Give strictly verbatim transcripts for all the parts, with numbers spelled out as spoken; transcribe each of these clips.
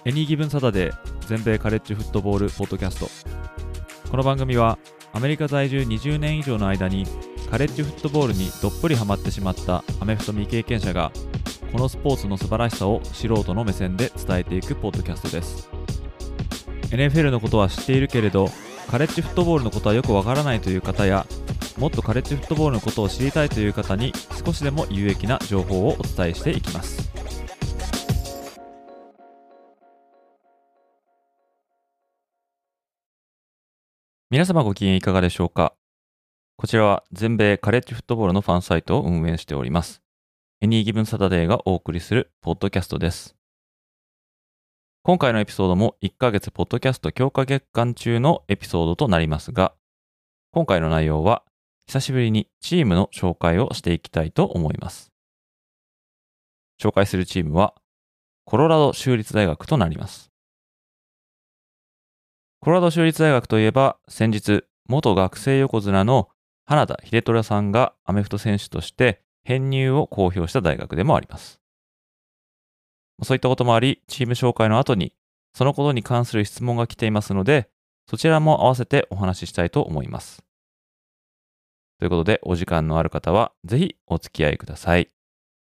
エニーギブンサタデー全米カレッジフットボールポッドキャスト。この番組はアメリカ在住にじゅうねん以上の間にカレッジフットボールにどっぷりハマってしまったアメフト未経験者がこのスポーツの素晴らしさを素人の目線で伝えていくポッドキャストです。 エヌエフエル のことは知っているけれどカレッジフットボールのことはよくわからないという方や、もっとカレッジフットボールのことを知りたいという方に少しでも有益な情報をお伝えしていきます。皆様ご機嫌いかがでしょうか。こちらは全米カレッジフットボールのファンサイトを運営しておりますエニーギブンサタデーがお送りするポッドキャストです。今回のエピソードもいっかげつポッドキャスト強化月間中のエピソードとなりますが、今回の内容は久しぶりにチームの紹介をしていきたいと思います。紹介するチームはコロラド州立大学となります。コロラド州立大学といえば、先日元学生横綱の花田秀虎さんがアメフト選手として編入を公表した大学でもあります。そういったこともあり、チーム紹介の後にそのことに関する質問が来ていますので、そちらも合わせてお話ししたいと思います。ということで、お時間のある方はぜひお付き合いください。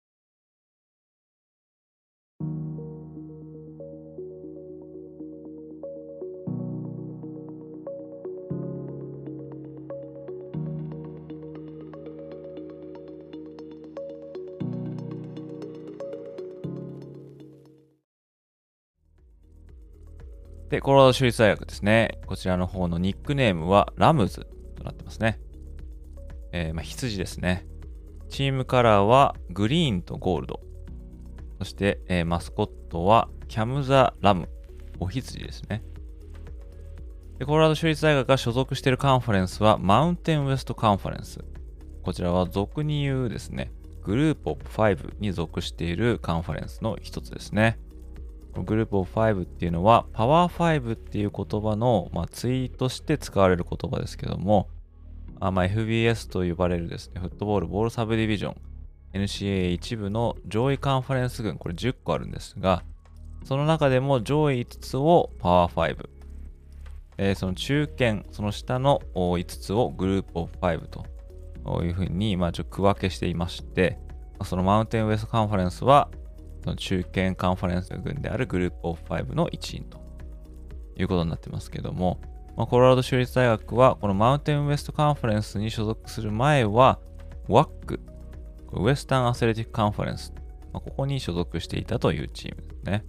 で、コロラド州立大学ですね。こちらの方のニックネームはラムズとなってますね。えー、まあ羊ですね。チームカラーはグリーンとゴールド。そして、えー、マスコットはキャムザ・ラム。お羊ですね。で、コロラド州立大学が所属しているカンファレンスはマウンテンウエストカンファレンス。こちらは俗に言うですね、グループオブファイブに属しているカンファレンスの一つですね。グループオブファイブっていうのはパワーファイブっていう言葉の、まあ、ツイートして使われる言葉ですけども、あまあ、エフビーエス と呼ばれるですね、フットボールボールサブディビジョン エヌシーエーエー 一部の上位カンファレンス群、これじゅっこあるんですが、その中でも上位いつつをパワーファイブ、えー、その中堅、その下のいつつをグループオブファイブというふうに、まあ、ちょっと区分けしていまして、そのマウンテンウエストカンファレンスはその中堅カンファレンス群であるグループオブファイブの一員ということになってますけども、まあ、コロラド州立大学はこのマウンテンウエストカンファレンスに所属する前は ダブリューエーシー ウエスタンアスレティックカンファレンス、まあ、ここに所属していたというチームですね。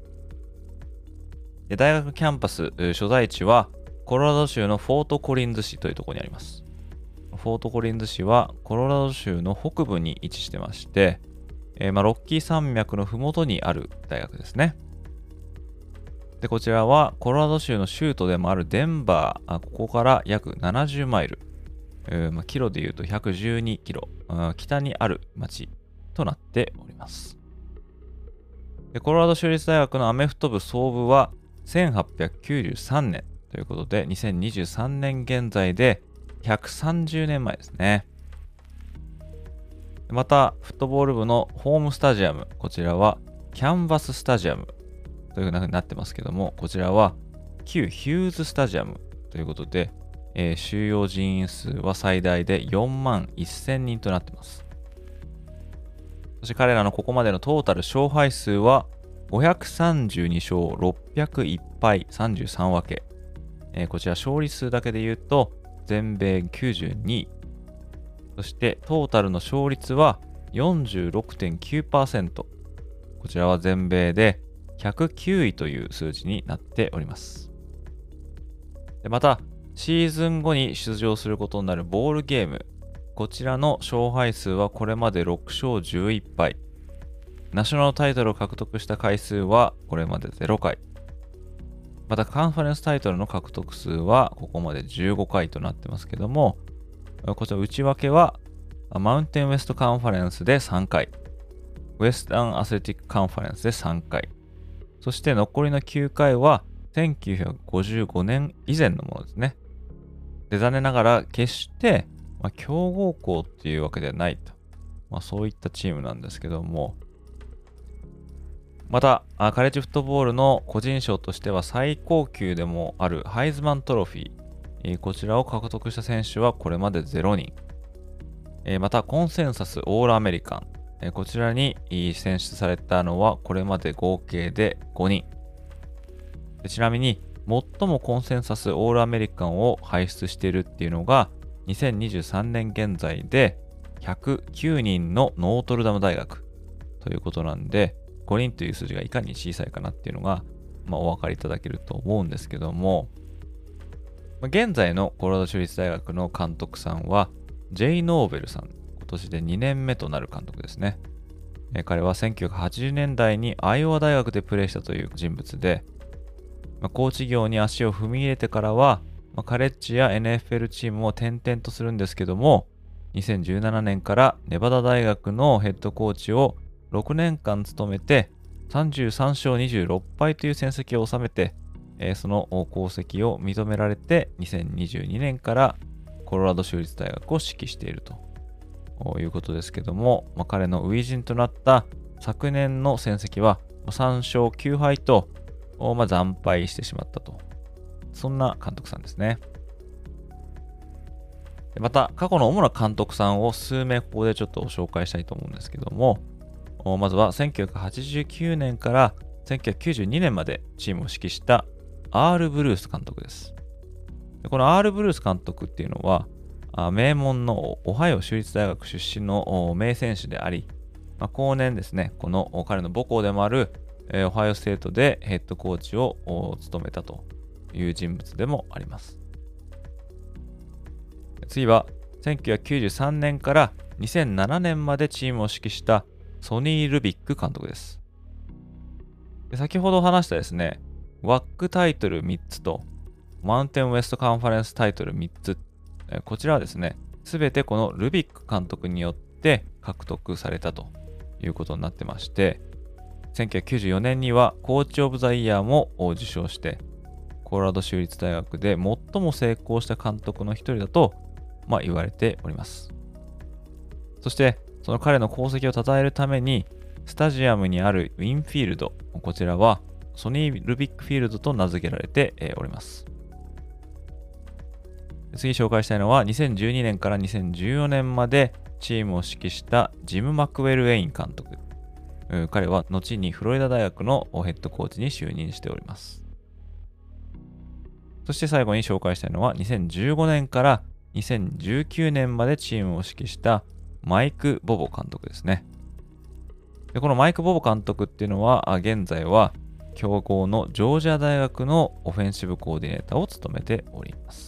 で、大学キャンパス所在地はコロラド州のフォートコリンズ市というところにあります。フォートコリンズ市はコロラド州の北部に位置してまして、えーまあ、ロッキー山脈のふもとにある大学ですね。で、こちらはコロラド州の州都でもあるデンバー、あここから約ななじゅうマイル、えーまあ、キロでいうとひゃくじゅうにキロ、北にある町となっております。で、コロラド州立大学のアメフト部創部はせんはっぴゃくきゅうじゅうさんねんということで、にせんにじゅうさんねん現在でひゃくさんじゅうねんまえですね。また、フットボール部のホームスタジアム、こちらはキャンバススタジアムというふうになってますけども、こちらは旧ヒューズスタジアムということで、えー、収容人員数は最大でよんまんせんにんとなっています。そして彼らのここまでのトータル勝敗数はごひゃくさんじゅうにしょうろっぴゃくいちぱいさんじゅうさん分け、えー、こちら勝利数だけで言うと全米きゅうじゅうにい、そしてトータルの勝率は よんじゅうろくてんきゅうパーセント。こちらは全米でひゃくきゅういという数字になっております。で、また、シーズン後に出場することになるボールゲーム。こちらの勝敗数はこれまでろくしょうじゅういっぱい。ナショナルタイトルを獲得した回数はこれまでゼロかい。また、カンファレンスタイトルの獲得数はここまでじゅうごかいとなってますけども、こちら内訳はマウンテンウエストカンファレンスでさんかい、ウエスタンアスレティックカンファレンスでさんかい、そして残りのきゅうかいはせんきゅうひゃくごじゅうごねん以前のものですね。で、残念ながら決して、まあ、強豪校っていうわけではないと、まあ、そういったチームなんですけども、 また、カレッジフットボールの個人賞としては最高級でもあるハイズマントロフィー、こちらを獲得した選手はこれまでゼロにん。また、コンセンサスオールアメリカン、こちらに選出されたのはこれまで合計でごにん。ちなみに、最もコンセンサスオールアメリカンを輩出しているっていうのが、にせんにじゅうさんねん現在でひゃくきゅうにんのノートルダム大学ということなんで、ごにんという数字がいかに小さいかなっていうのが、まあ、お分かりいただけると思うんですけども、現在のコロラド州立大学の監督さんは、ジェイ・ノーベルさん、今年でにねんめとなる監督ですね。え彼はせんきゅうひゃくはちじゅうねんだいにアイオワ大学でプレーしたという人物で、まあ、コーチ業に足を踏み入れてからは、まあ、カレッジや エヌエフエル チームを転々とするんですけども、にせんじゅうななねんからネバダ大学のヘッドコーチをろくねんかん務めて、さんじゅうさんしょうにじゅうろっぱいという戦績を収めて、えー、その功績を認められて、にせんにじゅうにねんからコロラド州立大学を指揮しているということですけども、まあ、彼の初陣となった昨年の戦績はさんしょうきゅうはいと、まあ、惨敗してしまったと。そんな監督さんですね。また、過去の主な監督さんを数名ここでちょっと紹介したいと思うんですけども、まずはせんきゅうひゃくはちじゅうきゅうねんからせんきゅうひゃくきゅうじゅうにねんまでチームを指揮したアール・ブルース監督です。でこのアール・ブルース監督っていうのは、名門のオハイオ州立大学出身の名選手であり、まあ、後年ですね、この彼の母校でもあるオハイオステートでヘッドコーチを務めたという人物でもあります。次はせんきゅうひゃくきゅうじゅうさんねんからにせんななねんまでチームを指揮したソニー・ルビック監督です。で先ほど話したですね、ワックタイトルみっつとマウンテンウェストカンファレンスタイトルみっつ、こちらはですね、すべてこのルビック監督によって獲得されたということになってまして、せんきゅうひゃくきゅうじゅうよねんにはコーチオブザイヤーも受賞して、コロラド州立大学で最も成功した監督の一人だと、まあ、言われております。そして、その彼の功績を称えるために、スタジアムにあるウィンフィールド、こちらはソニー・ルビックフィールドと名付けられております。次紹介したいのは、にせんじゅうにねんからにせんじゅうよねんまでチームを指揮したジム・マクウェル・ウェイン監督。彼は後にフロリダ大学のヘッドコーチに就任しております。そして最後に紹介したいのは、にせんじゅうごねんからにせんじゅうきゅうねんまでチームを指揮したマイク・ボボ監督ですね。でこのマイク・ボボ監督っていうのは、現在は強豪のジョージア大学のオフェンシブコーディネーターを務めております。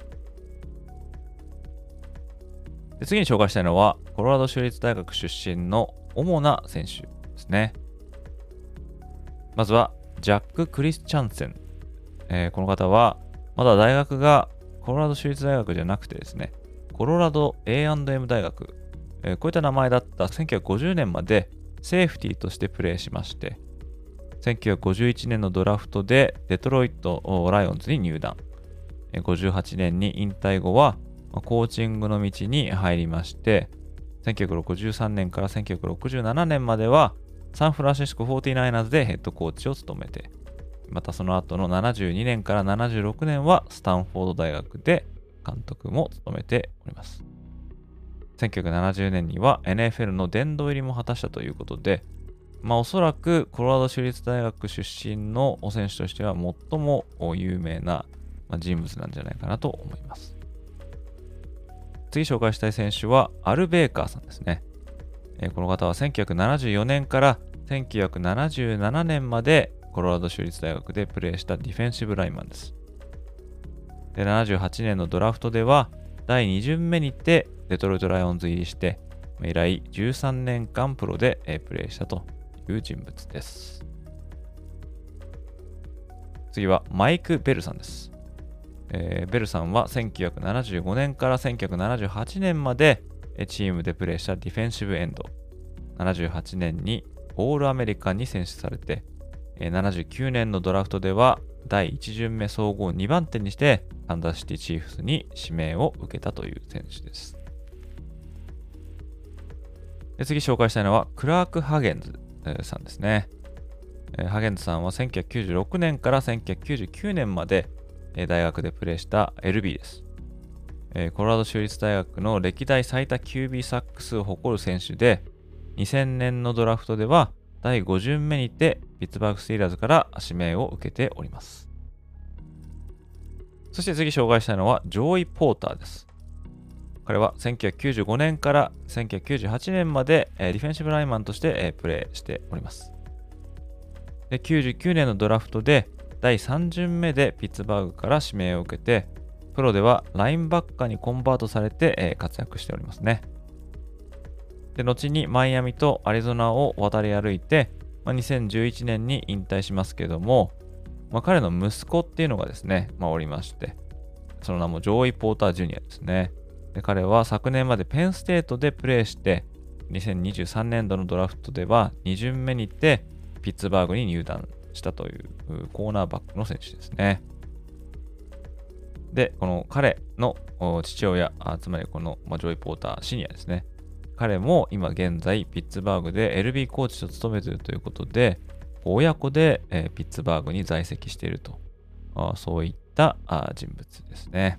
で次に紹介したいのは、コロラド州立大学出身の主な選手ですね。まずは、ジャック・クリスチャンセン。えー、この方は、まだ大学がコロラド州立大学じゃなくてですね、コロラド エーアンドエム 大学、えー、こういった名前だったせんきゅうひゃくごじゅうねんまでセーフティーとしてプレーしまして、せんきゅうひゃくごじゅういちねんのドラフトでデトロイトライオンズに入団。ごじゅうはちねんに引退後はコーチングの道に入りまして、せんきゅうひゃくろくじゅうさんねんからせんきゅうひゃくろくじゅうななねんまではサンフランシスコ フォーティーナイナーズ でヘッドコーチを務めて、またその後のななじゅうにねんからななじゅうろくねんはスタンフォード大学で監督も務めております。せんきゅうひゃくななじゅうねんには エヌエフエル の殿堂入りも果たしたということで、まあおそらくコロラド州立大学出身の選手としては最も有名な人物なんじゃないかなと思います。次紹介したい選手はアル・ベーカーさんですね。この方はせんきゅうひゃくななじゅうよねんからせんきゅうひゃくななじゅうななねんまでコロラド州立大学でプレーしたディフェンシブラインマンです。で、ななじゅうはちねんのドラフトではだいに巡目にてデトロイトライオンズ入りして、以来じゅうさんねんかんプロでプレーしたという人物です。次はマイク・ベルさんです。えー、ベルさんはせんきゅうひゃくななじゅうごねんからせんきゅうひゃくななじゅうはちねんまでチームでプレーしたディフェンシブエンド。ななじゅうはちねんにオールアメリカンに選出されて、ななじゅうきゅうねんのドラフトではだいいち巡目総合にばん手にしてカンザスシティチーフスに指名を受けたという選手です。で次紹介したいのはクラーク・ハゲンズさんですね。 えーハゲンツさんはせんきゅうひゃくきゅうじゅうろくねんからせんきゅうひゃくきゅうじゅうきゅうねんまで、えー大学でプレーした エルビー です。えーコロラド州立大学の歴代最多 キュービー サックスを誇る選手で、にせんねんのドラフトではだいご巡目にてピッツバーグスティーラーズから指名を受けております。そして次紹介したいのはジョーイ・ポーターです。彼はせんきゅうひゃくきゅうじゅうごねんからせんきゅうひゃくきゅうじゅうはちねんまで、えーディフェンシブラインマンとして、えープレーしております。で、きゅうじゅうきゅうねんのドラフトでだいさん巡目でピッツバーグから指名を受けて、プロではラインバッカーにコンバートされて、えー活躍しておりますね。で、後にマイアミとアリゾナを渡り歩いて、まあ、にせんじゅういちねんに引退しますけども、まあ、彼の息子っていうのがですね、まあ、おりまして、その名もジョーイ・ポーター・ジュニアですね。で、彼は昨年までペンステートでプレーして、にせんにじゅうさんねん度のドラフトではに巡目にてピッツバーグに入団したというコーナーバックの選手ですね。で、この彼の父親、あつまりこの、まあ、ジョイ・ポーターシニアですね。彼も今現在ピッツバーグで エルビー コーチと務めているということで、親子で、えーピッツバーグに在籍していると、あそういったあ人物ですね。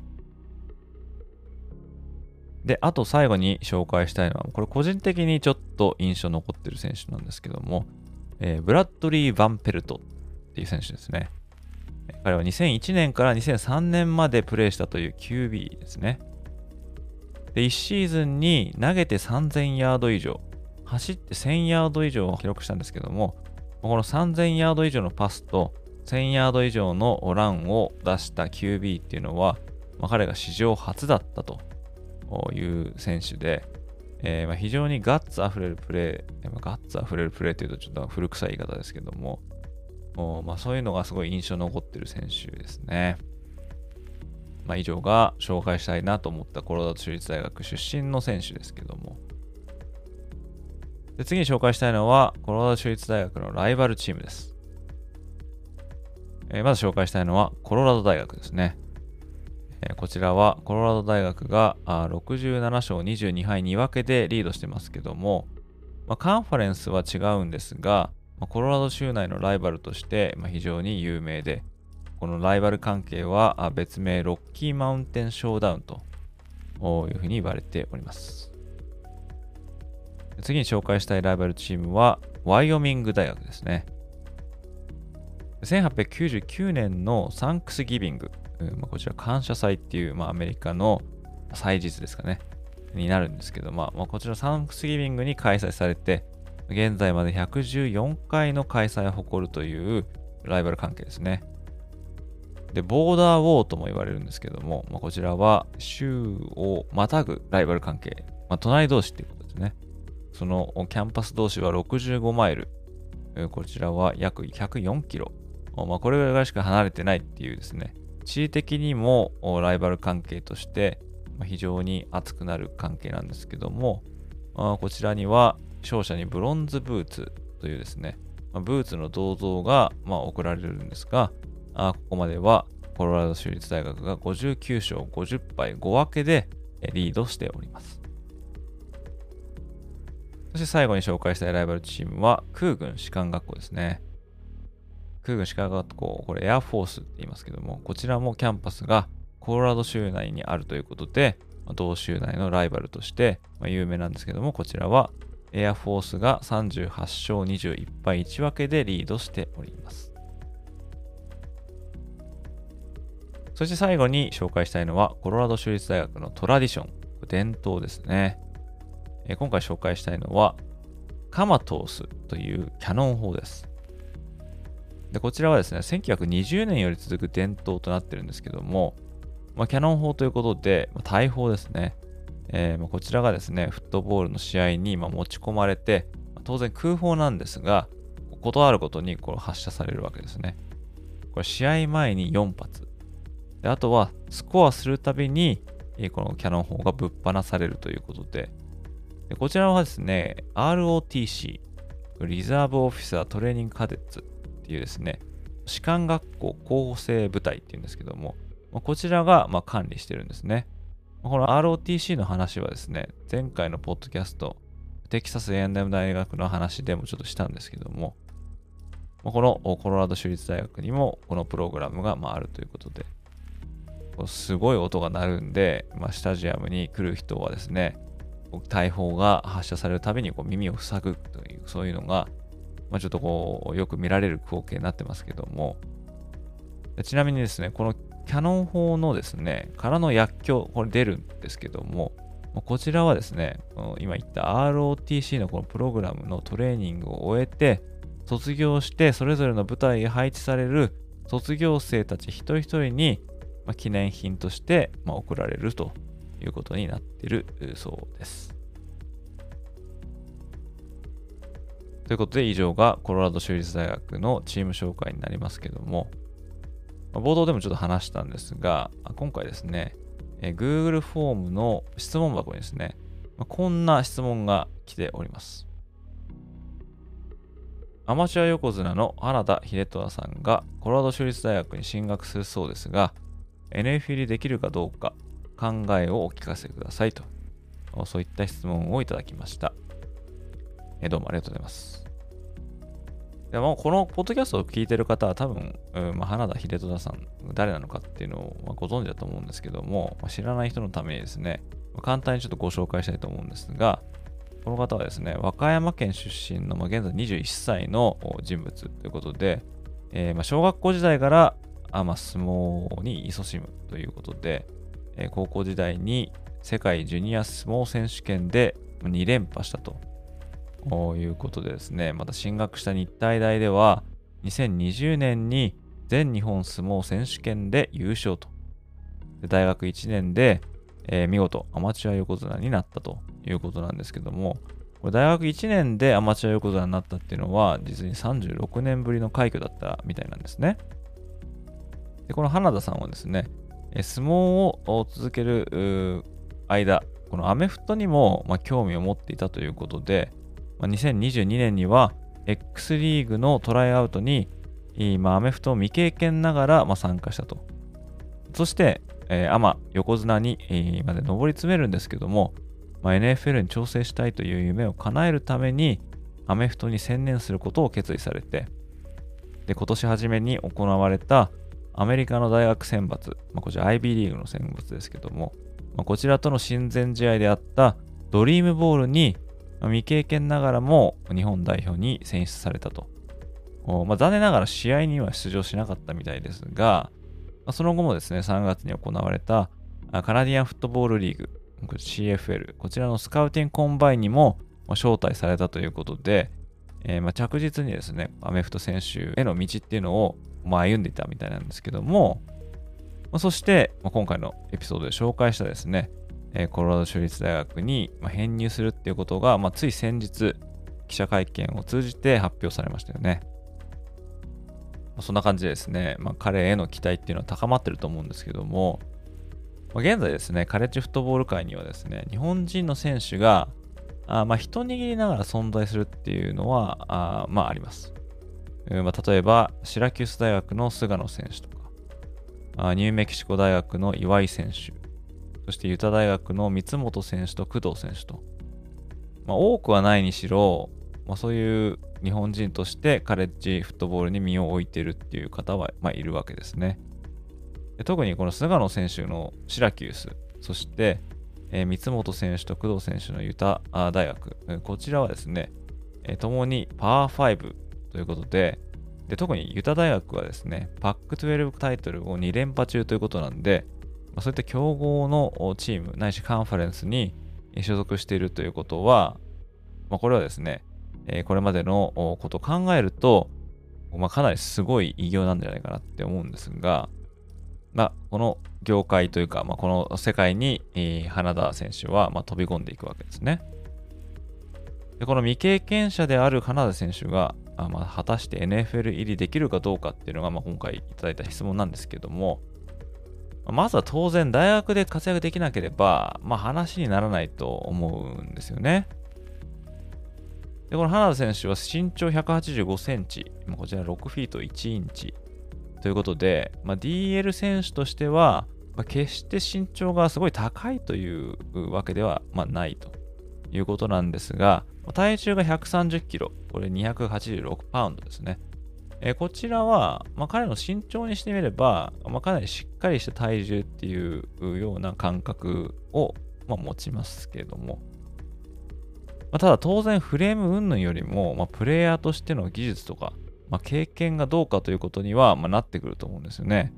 で、あと最後に紹介したいのは、これ個人的にちょっと印象残ってる選手なんですけども、えーブラッドリー・ヴァンペルトっていう選手ですね。彼はにせんいちねんからにせんさんねんまでプレーしたという キュービー ですね。で、いちシーズンに投げてさんぜんヤード以上、走ってせんヤード以上を記録したんですけども、このさんぜんヤード以上のパスとせんヤード以上のランを出した キュービー っていうのは、まあ、彼が史上初だったという選手で、えーまあ、非常にガッツあふれるプレー、まあ、ガッツあふれるプレーというとちょっと古臭い言い方ですけども、まあ、そういうのがすごい印象に残ってる選手ですね。まあ、以上が紹介したいなと思ったコロラド州立大学出身の選手ですけども。で、次に紹介したいのはコロラド州立大学のライバルチームです。えーまず紹介したいのはコロラド大学ですね。えーこちらはコロラド大学があろくじゅうなな勝にじゅうに敗に分けでリードしてますけども、まあ、カンファレンスは違うんですが、まあ、コロラド州内のライバルとして、まあ、非常に有名で、このライバル関係はあ別名ロッキーマウンテンショーダウンというふうに言われております。次に紹介したいライバルチームはワイオミング大学ですね。せんはっぴゃくきゅうじゅうきゅうねんのサンクスギビング、うんまあ、こちら感謝祭っていう、まあ、アメリカの祭日ですかね、になるんですけど、まあまあ、こちらサンクスギビングに開催されて、現在までひゃくじゅうよんかいの開催を誇るというライバル関係ですね。で、ボーダーウォーとも言われるんですけども、まあ、こちらは州をまたぐライバル関係、まあ、隣同士っていうことですね。そのキャンパス同士はろくじゅうごマイル、こちらは約ひゃくよんキロ、まあ、これぐらいしか離れてないっていうですね、地理的にもライバル関係として非常に熱くなる関係なんですけども、こちらには勝者にブロンズブーツというですね、ブーツの銅像が贈られるんですが、ここまではコロラド州立大学がごじゅうきゅう勝ごじゅっ敗ご分けでリードしております。そして最後に紹介したいライバルチームは空軍士官学校ですね。空軍士官学校、これエアフォースって言いますけども、こちらもキャンパスがコロラド州内にあるということで、同州内のライバルとして有名なんですけども、こちらはエアフォースがさんじゅうはち勝にじゅういち敗いち分けでリードしております。そして最後に紹介したいのはコロラド州立大学のトラディション、伝統ですね。え今回紹介したいのはカマトースというキャノン砲です。でこちらはですね、せんきゅうひゃくにじゅうねんより続く伝統となっているんですけども、まあ、キャノン砲ということで、まあ、大砲ですね。えーまあ、こちらがですね、フットボールの試合にまあ持ち込まれて、まあ、当然空砲なんですが、ことあるごとにこれ発射されるわけですね。これ試合前によん発。であとはスコアするたびに、このキャノン砲がぶっ放されるということで、でこちらはですね、アールオーティーシー、リザーブオフィサートレーニングカデッツっていうですね、士官学校候補生部隊っていうんですけども、こちらがまあ管理してるんですね。この アールオーティーシー の話はですね、前回のポッドキャスト、テキサス エーアンドエム 大学の話でもちょっとしたんですけども、 まあ、このコロラド州立大学にもこのプログラムがまああるということで、すごい音が鳴るんで、まあ、スタジアムに来る人はですね、大砲が発射されるたびにこう耳を塞ぐという、そういうのが、まあ、ちょっとこうよく見られる光景になってますけども、ちなみにですね、このキャノン砲のですね、からの薬莢、これ出るんですけども、こちらはですね、今言った アールオーティーシー のこのプログラムのトレーニングを終えて、卒業してそれぞれの部隊へ配置される卒業生たち一人一人に、まあ、記念品として、まあ、贈られるということになっているそうです。ということで以上がコロラド州立大学のチーム紹介になりますけども、まあ、冒頭でもちょっと話したんですが、今回ですね、え Google フォームの質問箱にですね、まあ、こんな質問が来ております。アマチュア横綱の花田秀虎さんがコロラド州立大学に進学するそうですが、エヌエフエル できるかどうか考えをお聞かせくださいと、そういった質問をいただきました。えどうもありがとうございます。でもこのポッドキャストを聞いている方は多分、うんまあ、花田秀虎さん誰なのかっていうのをご存知だと思うんですけども、まあ、知らない人のためにですね、簡単にちょっとご紹介したいと思うんですが、この方はですね、和歌山県出身の、まあ、現在にじゅういっさいの人物ということで、えーまあ、小学校時代からあ、まあ、相撲に勤しむということで、えー、高校時代に世界ジュニア相撲選手権でに連覇したということでですね、また進学した日体大ではにせんにじゅうねんに全日本相撲選手権で優勝と。で大学いちねんで、えー、見事アマチュア横綱になったということなんですけども、これ大学いちねんでアマチュア横綱になったっていうのは実にさんじゅうろくねんぶりの快挙だったみたいなんですね。でこの花田さんはですね、相撲を続ける間、このアメフトにも、まあ、興味を持っていたということで、まあ、にせんにじゅうにねんには X リーグのトライアウトに、まあ、アメフトを未経験ながら、まあ、参加したと。そして、えー、アマ、横綱に、えー、まで上り詰めるんですけども、まあ、エヌエフエル に調整したいという夢を叶えるためにアメフトに専念することを決意されて、で今年初めに行われたアメリカの大学選抜、まあ、こちら アイビー リーグの選抜ですけども、まあ、こちらとの親善試合であったドリームボールに、まあ、未経験ながらも日本代表に選出されたと。まあ、残念ながら試合には出場しなかったみたいですが、まあ、その後もですね、さんがつに行われたカナディアンフットボールリーグ、シーエフエル、こちらのスカウティングコンバインにも招待されたということで、えー、まあ着実にですね、アメフト選手への道っていうのをまあ歩んでいたみたいなんですけども、まあ、そして、まあ、今回のエピソードで紹介したですね、えー、コロラド州立大学に編入するっていうことが、まあ、つい先日、記者会見を通じて発表されましたよね。まあ、そんな感じでですね、まあ、彼への期待っていうのは高まってると思うんですけども、まあ、現在ですね、カレッジフットボール界にはですね、日本人の選手が、あまあ一握りながら存在するっていうのは、あまああります。まあ、例えば、シラキュース大学の菅野選手とか、あニューメキシコ大学の岩井選手、そしてユタ大学の三本選手と工藤選手と、まあ、多くはないにしろ、まあ、そういう日本人としてカレッジフットボールに身を置いているっていう方は、まあ、いるわけですね。で特にこの菅野選手のシラキュース、そして、えー、三本選手と工藤選手のユタ大学、こちらはですね、えー、共にパワーファイブということで、で特にユタ大学はですね、パックじゅうにタイトルをに連覇中ということなんで、まあ、そういった強豪のチームないしカンファレンスに所属しているということは、まあ、これはですね、えー、これまでのことを考えると、まあ、かなりすごい偉業なんじゃないかなって思うんですが、まあ、この業界というか、まあ、この世界に、えー、花田選手は、まあ、飛び込んでいくわけですね。でこの未経験者である花田選手が、あまあ、果たして エヌエフエル 入りできるかどうかっていうのが、まあ、今回いただいた質問なんですけども、まずは当然大学で活躍できなければ、まあ、話にならないと思うんですよね。でこの花田選手は身長ひゃくはちじゅうごセンチ、こちらろくフィートいちインチということで、まあ、ディーエル 選手としては、まあ、決して身長がすごい高いというわけでは、まあ、ないということなんですが、体重がひゃくさんじゅっキロ、これにひゃくはちじゅうろくパウンドですね。 えーこちらは、まあ、彼の身長にしてみれば、まあ、かなりしっかりした体重っていうような感覚を、まあ、持ちますけども、まあ、ただ当然フレーム云々よりも、まあ、プレイヤーとしての技術とか、まあ、経験がどうかということには、まあ、なってくると思うんですよね。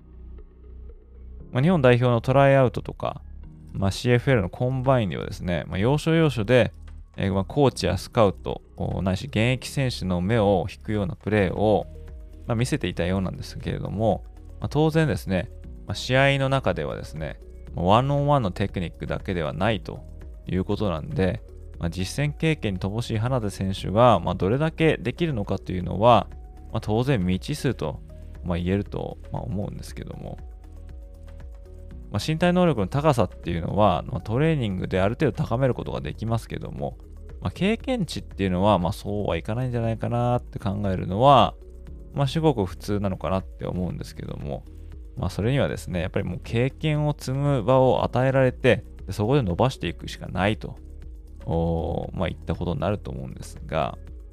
まあ、日本代表のトライアウトとか、まあ、シーエフエル のコンバインではですね、まあ、要所要所で、えーまあ、コーチやスカウト、ないし現役選手の目を引くようなプレーを、まあ、見せていたようなんですけれども、まあ、当然ですね、まあ、試合の中ではですね、ワンオンワンのテクニックだけではないということなんで、まあ、実戦経験に乏しい花田選手が、まあ、どれだけできるのかというのは、まあ、当然未知数と、まあ、言えると、まあ、思うんですけども、まあ、身体能力の高さっていうのは、まあ、トレーニングである程度高めることができますけども、まあ、経験値っていうのは、まあ、そうはいかないんじゃないかなって考えるのは、まあ、至極普通なのかなって思うんですけども、まあ、それにはですね、やっぱりもう経験を積む場を与えられて、でそこで伸ばしていくしかないと、おまあ、いったことになると思うんですが、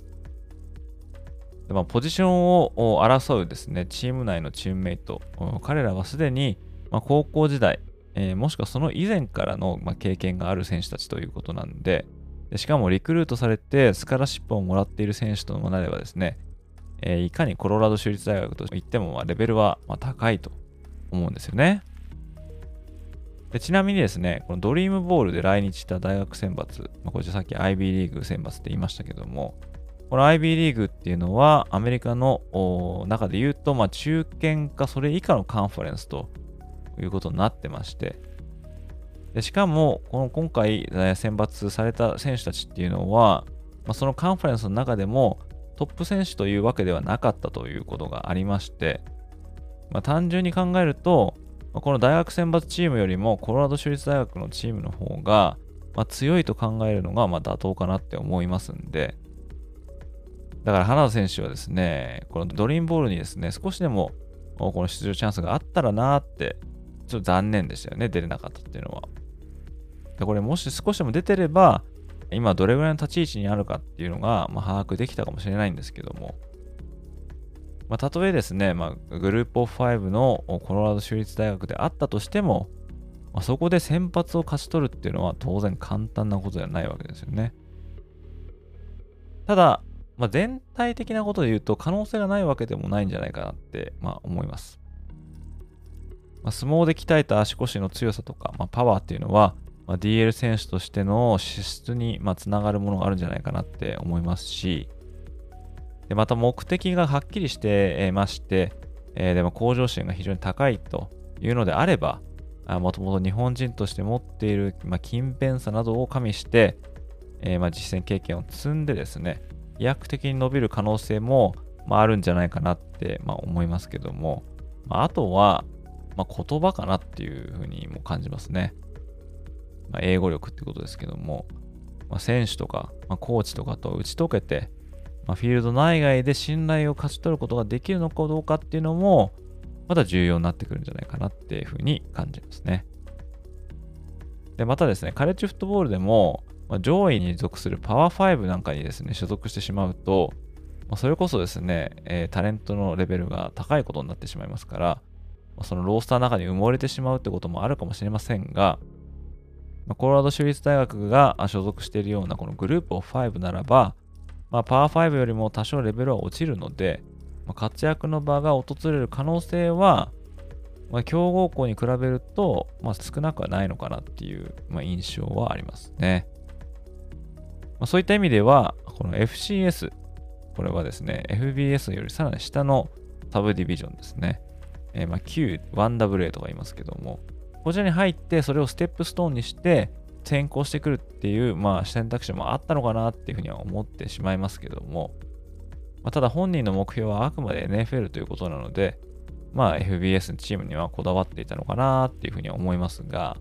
でまあ、ポジションを争うですね、チーム内のチームメイト、彼らはすでに、まあ、高校時代、えーもしくはその以前からの、まあ、経験がある選手たちということなんで、でしかもリクルートされてスカラシップをもらっている選手ともなればですね、えーいかにコロラド州立大学といっても、まあ、レベルはまあ高いと思うんですよね。でちなみにですね、このドリームボールで来日した大学選抜、まあ、これさっき アイビー リーグ選抜って言いましたけども、この アイビー リーグっていうのはアメリカのお中で言うと、まあ、中堅かそれ以下のカンファレンスということになってまして、でしかも、この今回えー選抜された選手たちっていうのは、まあ、そのカンファレンスの中でもトップ選手というわけではなかったということがありまして、まあ、単純に考えると、まあこの大学選抜チームよりもコロラド州立大学のチームの方が、まあ、強いと考えるのがまあ妥当かなって思いますんで、だから花田選手はですね、このドリームボールにですね、少しでもこの出場チャンスがあったらなーって、ちょっと残念でしたよね、出れなかったっていうのは。でこれもし少しでも出てれば、今どれぐらいの立ち位置にあるかっていうのが、まあ、把握できたかもしれないんですけども、まあ、たとえですね、まあ、グループオフファイブのコロラド州立大学であったとしても、まあ、そこで先発を勝ち取るっていうのは当然簡単なことではないわけですよね。ただ、まあ、全体的なことで言うと可能性がないわけでもないんじゃないかなって、まあ、思います。まあ、相撲で鍛えた足腰の強さとか、まあ、パワーっていうのは、まあ、ディーエル 選手としての資質に、まあ、つながるものがあるんじゃないかなって思いますし、でまた目的がはっきりしてまして、えーでも向上心が非常に高いというのであれば、もともと日本人として持っている、まあ、勤勉さなどを加味して、えーまあ、実践経験を積んでですね、飛躍的に伸びる可能性も、まあ、あるんじゃないかなって、まあ、思いますけども、まあ、あとは、まあ、言葉かなっていうふうにも感じますね。まあ、英語力ってことですけども、まあ、選手とか、まあ、コーチとかと打ち解けて、まあ、フィールド内外で信頼を勝ち取ることができるのかどうかっていうのも、まだ重要になってくるんじゃないかなっていうふうに感じますね。で、またですね、カレッジフットボールでも、まあ、上位に属するパワーファイブなんかにですね、所属してしまうと、まあ、それこそですね、えータレントのレベルが高いことになってしまいますから、まあ、そのロースターの中に埋もれてしまうってこともあるかもしれませんが、まあ、コロラド州立大学が所属しているようなこのグループオフファイブならば、まあ、パワーファイブよりも多少レベルは落ちるので、まあ、活躍の場が訪れる可能性は、まあ、強豪校に比べると、まあ、少なくはないのかなっていう、まあ、印象はありますね。まあ、そういった意味では、この エフシーエス、これはですね、エフビーエス よりさらに下のサブディビジョンですね。えー、まあ キューワンダブリューエー とか言いますけども、こちらに入って、それをステップストーンにして、転向してくるっていう、まあ、選択肢もあったのかなっていうふうには思ってしまいますけども、まあ、ただ本人の目標はあくまで エヌエフエル ということなので、まあ エフビーエス のチームにはこだわっていたのかなっていうふうには思いますが、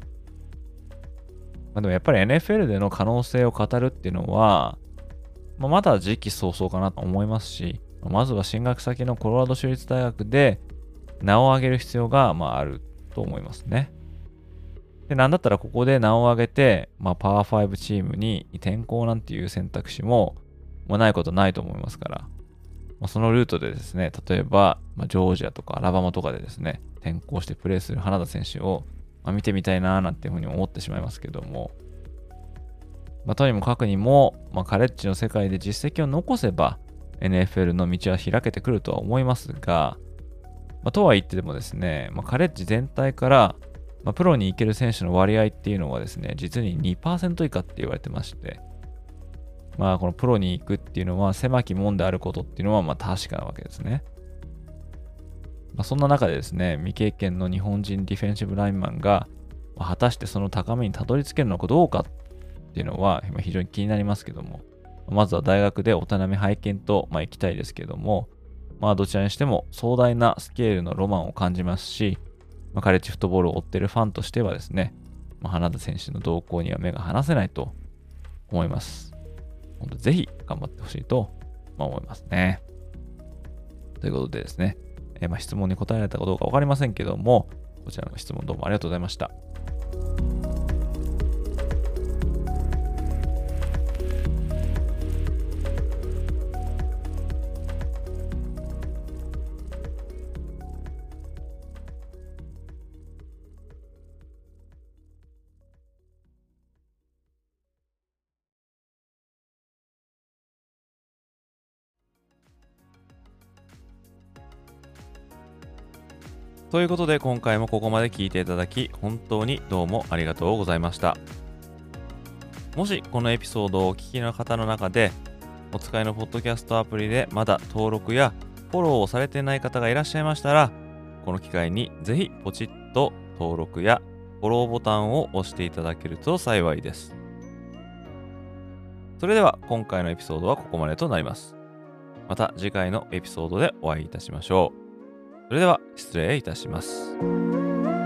まあ、でもやっぱり エヌエフエル での可能性を語るっていうのは、まあ、まだ時期尚早かなと思いますし、まずは進学先のコロラド州立大学で名を上げる必要がまああると思いますね。で、なんだったらここで名を上げて、まあ、パワーファイブチームに転向なんていう選択肢も、もうないことないと思いますから、 まあ、そのルートでですね、例えば、まあ、ジョージアとかアラバマとかでですね、転校してプレーする花田選手を、まあ、見てみたいなーなんていうふうに思ってしまいますけども、まあ、とにもかくにも、まあ、カレッジの世界で実績を残せば エヌエフエル の道は開けてくるとは思いますが、まあ、とは言ってもですね、まあ、カレッジ全体から、まあ、プロに行ける選手の割合っていうのはですね、実に にパーセント 以下って言われてまして、まあこのプロに行くっていうのは狭き門であることっていうのはまあ確かなわけですね。まあ、そんな中でですね、未経験の日本人ディフェンシブラインマンが、まあ、果たしてその高みにたどり着けるのかどうかっていうのは非常に気になりますけども、まずは大学でお手並み拝見と、まあ、行きたいですけども、まあどちらにしても壮大なスケールのロマンを感じますし、まあ、カレッジフットボールを追ってるファンとしてはですね、まあ、花田選手の動向には目が離せないと思います。本当ぜひ頑張ってほしいと、まあ、思いますね。ということでですね、えー、まあ質問に答えられたかどうかわかりませんけども、こちらの質問どうもありがとうございました。ということで今回もここまで聞いていただき本当にどうもありがとうございました。もしこのエピソードをお聞きの方の中でお使いのポッドキャストアプリでまだ登録やフォローをされていない方がいらっしゃいましたら、この機会にぜひポチッと登録やフォローボタンを押していただけると幸いです。それでは今回のエピソードはここまでとなります。また次回のエピソードでお会いいたしましょう。それでは失礼いたします。